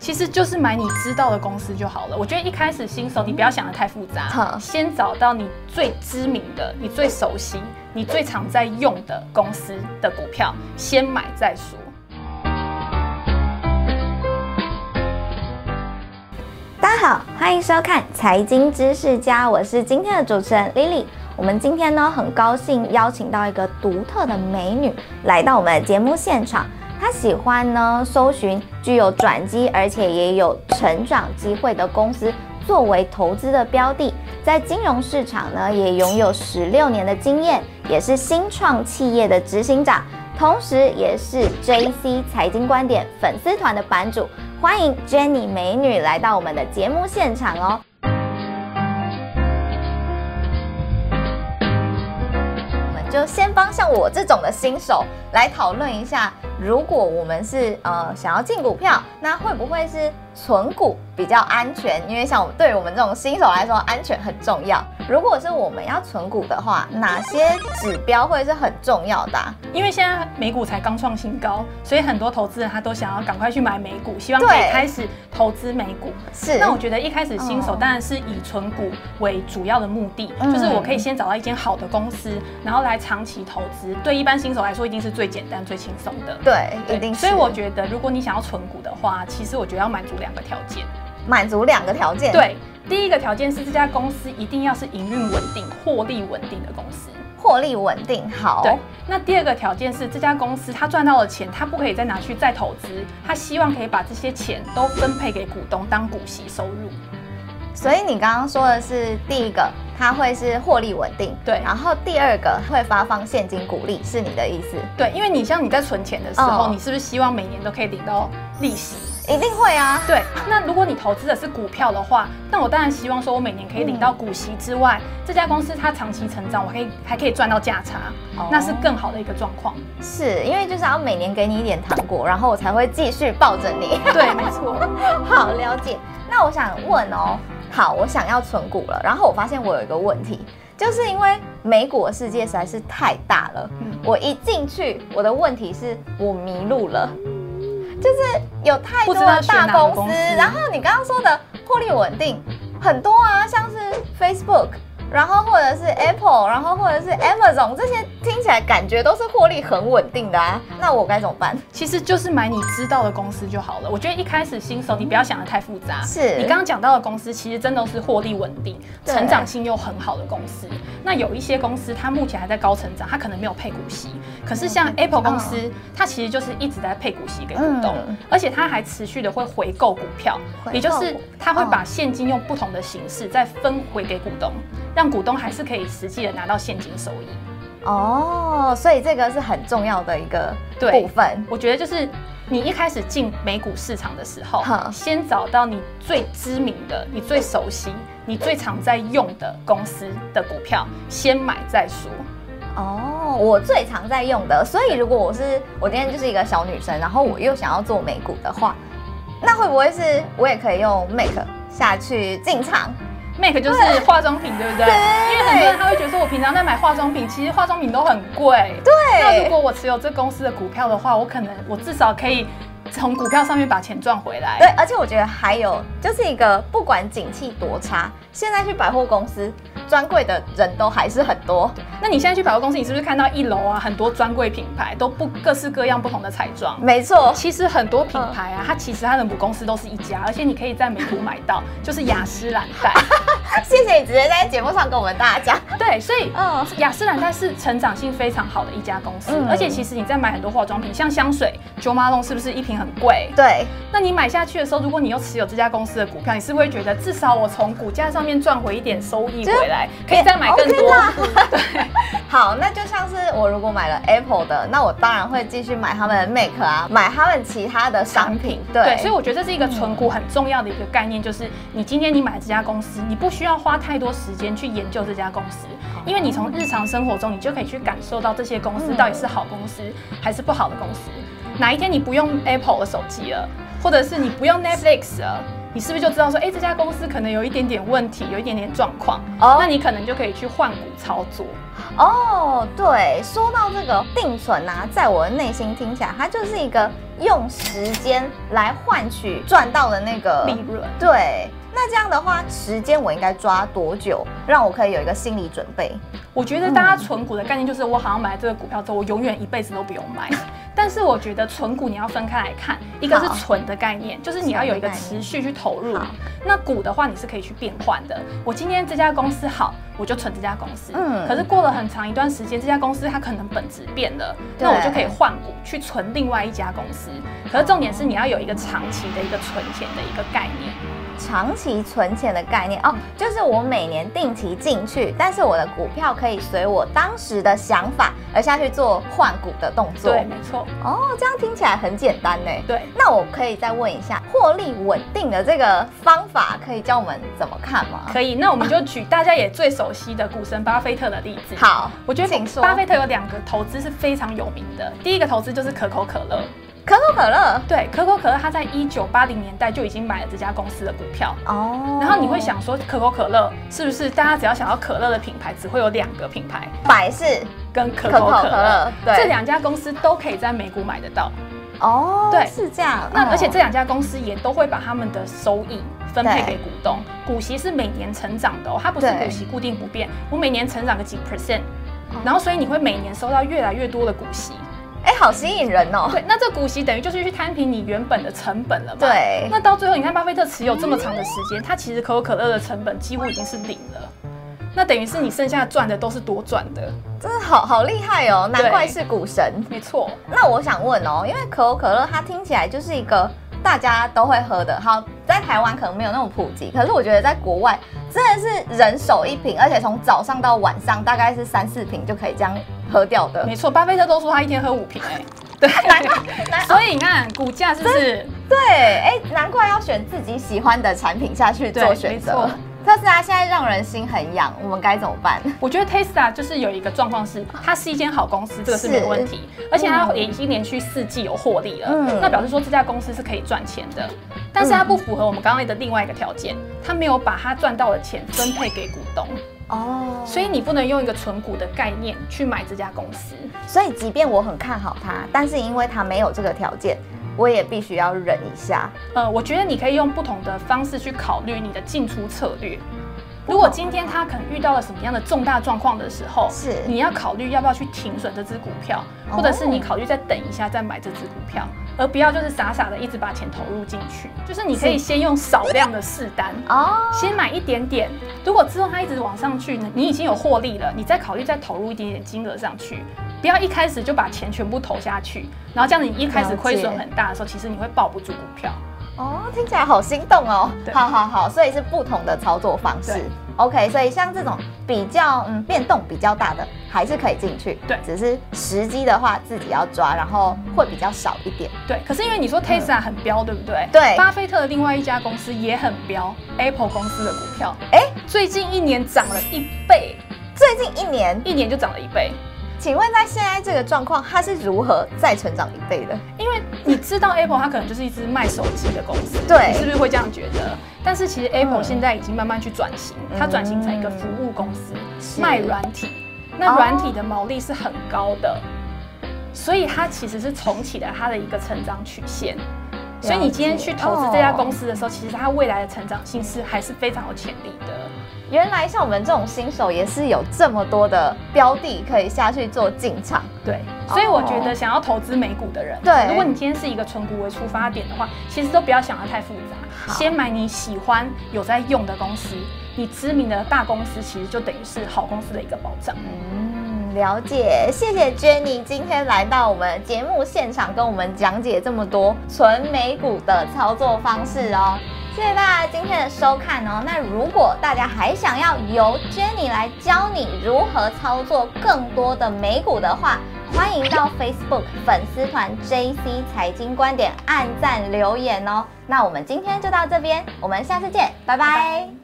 其实就是买你知道的公司就好了。我觉得一开始新手你不要想得太复杂，先找到你最知名的、你最熟悉、你最常在用的公司的股票，先买再说。 大家好，欢迎收看《财经知识家》，我是今天的主持人 Lily。我们今天呢，很高兴邀请到一个独特的美女来到我们的节目现场。她喜欢呢搜寻具有转机而且也有成长机会的公司作为投资的标的，在金融市场呢也拥有16年的经验，也是新创企业的执行长，同时也是 JC 财经观点粉丝团的版主。欢迎 Jenny 美女来到我们的节目现场哦。我们就先帮像我这种的新手来讨论一下，如果我们是想要进股票，那会不会是存股比较安全？因为像对于我们这种新手来说，安全很重要。如果是我们要存股的话，哪些指标会是很重要的因为现在美股才刚创新高，所以很多投资人他都想要赶快去买美股，希望可以开始投资美股。是，那我觉得一开始新手当然是以存股为主要的目的，就是我可以先找到一间好的公司，然后来长期投资。对一般新手来说，一定是最简单、最轻松的。 对，一定是。 所以我觉得，如果你想要存股的话，其实我觉得要满足2个条件。 满足2个条件。 对，第一个条件是这家公司一定要是营运稳定、获利稳定的公司。 获利稳定，好。 对，那第2个条件是这家公司它赚到的钱，它不可以再拿去再投资，它希望可以把这些钱都分配给股东当股息收入。 所以你刚刚说的是第一个，它会是获利稳定，对。然后第2个会发放现金股利，是你的意思？ 对，因为你像你在存钱的时候，你是不是希望每年都可以领到利息？ 一定会啊。对， 那如果你投资的是股票的话，那我当然希望说我每年可以领到股息之外，这家公司它长期成长，我还可以赚到价差，那是更好的一个状况。 是因为就是要每年给你一点糖果，然后我才会继续抱着你。 对，没错。 好，了解。那我想问哦，好，我想要存股了，然后我发现我有一个问题，就是因为美股的世界实在是太大了，我一进去，我的问题是我迷路了。就是有太多的大公司，然后你刚刚说的获利稳定很多啊，像是 Facebook， 然后或者是 Apple， 然后或者是 Amazon， 这些听起来感觉都是获利很稳定的啊。那我该怎么办？ 其实就是买你知道的公司就好了。我觉得一开始新手你不要想得太复杂， 是你刚刚讲到的公司其实真的是获利稳定、成长性又很好的公司。那有一些公司它目前还在高成长，它可能没有配股息，可是像 Apple 公司，它其实就是一直在配股息给股东，而且它还持续的会回购股票，也就是它会把现金用不同的形式再分回给股东，让股东还是可以实际的拿到现金收益。 哦，所以这个是很重要的一个部分。 我觉得就是你一开始进美股市场的时候，先找到你最知名的、你最熟悉、你最常在用的公司的股票，先买再说。 哦，我最常在用的，所以如果我今天就是一个小女生，然后我又想要做美股的话，那会不会是我也可以用 Make 下去进场 ？Make 就是化妆品，对不对？因为很多人他会觉得说，我平常在买化妆品，其实化妆品都很贵。 对。 那如果我持有这公司的股票的话，我至少可以从股票上面把钱赚回来。 对，而且我觉得还有就是一个，不管景气多差，现在去百货公司专柜的人都还是很多。 那你现在去百货公司，你是不是看到1楼啊，很多专柜品牌都各式各样不同的彩妆？ 没错， 其实很多品牌啊，它的母公司都是一家，而且你可以在美股买到，就是雅诗兰黛。 谢谢你直接在节目上跟我们大家讲。 对，所以雅诗兰黛是成长性非常好的一家公司，而且其实你在买很多化妆品，像香水Jo Malone是不是一瓶很贵？ 对。 那你买下去的时候，如果你又持有这家公司的股票，你是不是会觉得至少我从股价上面赚回一点收益回来，可以再买更多？ 对。好，那就像是我如果买了 Apple 的，那我当然会继续买他们的 Make 啊，买他们其他的商品。对， 所以我觉得这是一个存股很重要的一个概念，就是你今天你买这家公司，你不需要花太多时间去研究这家公司，因为你从日常生活中你就可以去感受到这些公司到底是好公司还是不好的公司。哪一天你不用 Apple 的手机了，或者是你不用 Netflix 了，你是不是就知道说，这家公司可能有一点点问题，有一点点状况，那你可能就可以去换股操作。 哦，对，说到这个定存啊，在我的内心听起来，它就是一个用时间来换取赚到的那个利润。 对，那这样的话，时间我应该抓多久，让我可以有一个心理准备？ 我觉得大家存股的概念就是，我好像买了这个股票之后，我永远一辈子都不用卖。但是我觉得存股你要分开来看，一个是存的概念，就是你要有一个持续去投入。那股的话，你是可以去变换的。我今天这家公司好，我就存这家公司。可是过了很长一段时间，这家公司它可能本质变了，那我就可以换股去存另外一家公司。可是重点是你要有一个长期的一个存钱的一个概念。 长期存钱的概念哦，就是我每年定期进去，但是我的股票可以随我当时的想法而下去做换股的动作。 对，没错。 哦，这样听起来很简单呢。 对， 那我可以再问一下，获利稳定的这个方法，可以教我们怎么看吗？ 可以，那我们就举大家也最熟悉的股神巴菲特的例子。 好， 我觉得巴菲特有2个投资是非常有名的。第一个投资就是可口可乐。 可口可乐， 对，可口可乐，它在1980年代就已经买了这家公司的股票哦。然后你会想说，可口可乐是不是大家只要想要可乐的品牌，只会有2个品牌， 百事跟可口可乐， 对， 这2家公司都可以在美股买得到。 哦，对，是这样。 那而且这2家公司也都会把他们的收益分配给股东，股息是每年成长的哦，它不是股息固定不变，我每年成长个几%，然后所以你会每年收到越来越多的股息。 哎，好吸引人哦！ 对，那这股息等于就是去摊平你原本的成本了嘛？ 对。 那到最后，你看巴菲特持有这么长的时间，他其实可口可乐的成本几乎已经是0了。那等于是你剩下赚的都是多赚的， 真的好厉害哦！难怪是股神。 没错。 那我想问哦，因为可口可乐它听起来就是一个大家都会喝的，好，在台湾可能没有那么普及，可是我觉得在国外真的是人手1瓶，而且从早上到晚上大概是3、4瓶就可以这样喝掉的。 没错，巴菲特都说他一天喝5瓶对，所以你看股价是不是？ 对，难怪要选自己喜欢的产品下去做选择。特斯拉现在让人心很痒，我们该怎么办？ 我觉得 Tesla 就是有一个状况是，它是一间好公司，这个是没问题，而且它已经连续4季有获利了，那表示说这家公司是可以赚钱的。但是它不符合我们刚刚的另外一个条件，它没有把它赚到的钱分配给股东。哦，所以你不能用一个存股的概念去买这家公司。 所以即便我很看好它，但是因为它没有这个条件，我也必须要忍一下。 我觉得你可以用不同的方式去考虑你的进出策略。如果今天他可能遇到了什么样的重大状况的时候，是你要考虑要不要去停损这只股票，或者是你考虑再等一下再买这只股票，而不要就是傻傻的一直把钱投入进去。就是你可以先用少量的试单先买一点点。如果之后它一直往上去，你已经有获利了，你再考虑再投入一点点金额上去，不要一开始就把钱全部投下去，然后这样你一开始亏损很大的时候，其实你会抱不住股票。哦， 听起来好心动哦！好，所以是不同的操作方式。OK， 所以像这种比较变动比较大的，还是可以进去。对，只是时机的话自己要抓，然后会比较少一点。 对，可是因为你说 Tesla 很飙，对不对？ 对。 巴菲特的另外一家公司也很飙 ，Apple 公司的股票，最近1年涨了1倍。 最近1年就涨了1倍。 请问在现在这个状况，它是如何再成长1倍的？ 因为你知道 Apple 它可能就是一支卖手机的公司， 对， 你是不是会这样觉得？但是其实 Apple 现在已经慢慢去转型，它转型成一个服务公司，卖软体。那软体的毛利是很高的，所以它其实是重启了它的一个成长曲线。所以你今天去投资这家公司的时候，其实它未来的成长性还是非常有潜力的。 原来像我们这种新手也是有这么多的标的可以下去做进场， 对，所以我觉得想要投资美股的人，如果你今天是一个纯股为出发点的话，其实都不要想得太复杂，先买你喜欢有在用的公司，你知名的大公司其实就等于是好公司的一个保障。 了解，谢谢 Jenny 今天来到我们节目现场，跟我们讲解这么多纯美股的操作方式哦。谢谢大家今天的收看哦。那如果大家还想要由 Jenny 来教你如何操作更多的美股的话，欢迎到 Facebook 粉丝团 JC 财经观点按赞留言哦。那我们今天就到这边，我们下次见，拜拜。